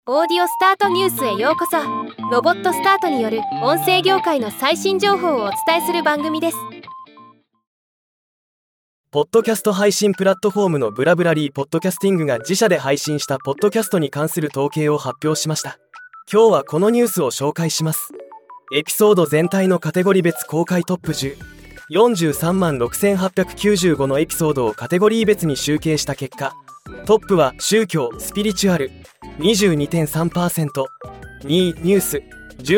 オーディオスタートニュースへようこそ。ロボットスタートによる音声業界の最新情報をお伝えする番組です。 ポッドキャスト配信プラットフォームのブラブラリーポッドキャスティングが自社で配信したポッドキャストに関する統計を発表しました。今日はこのニュースを紹介します。エピソード全体のカテゴリー別公開トップ10、43万6895のエピソードをカテゴリー別に集計した結果、トップは宗教・スピリチュアル 22.3%、2位ニュース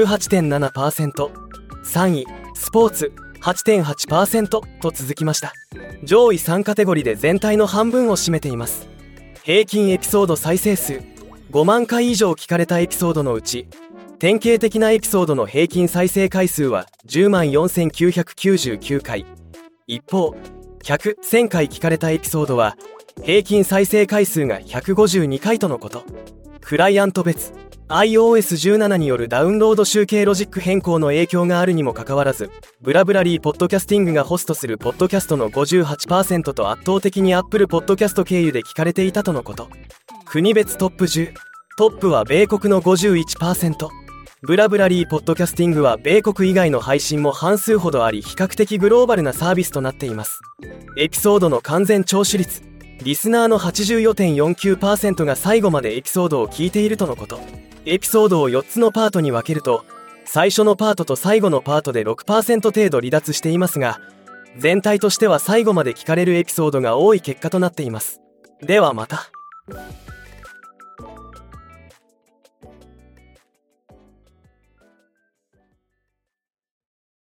18.7%、3位スポーツ 8.8% と続きました。上位3カテゴリーで全体の半分を占めています。平均エピソード再生数、5万回以上聞かれたエピソードのうち、典型的なエピソードの平均再生回数は10万4999回。一方、100、1000回聞かれたエピソードは平均再生回数が152回とのこと。クライアント別 iOS17 によるダウンロード集計ロジック変更の影響があるにもかかわらず、ブラブラリーポッドキャスティングがホストするポッドキャストの 58% と圧倒的に Apple ポッドキャスト経由で聞かれていたとのこと。国別トップ10、トップは米国の 51%。ブラブラリーポッドキャスティングは米国以外の配信も半数ほどあり、比較的グローバルなサービスとなっています。エピソードの完全聴取率、リスナーの 84.49% が最後までエピソードを聞いているとのこと。エピソードを4つのパートに分けると、最初のパートと最後のパートで 6% 程度離脱していますが、全体としては最後まで聞かれるエピソードが多い結果となっています。ではまた。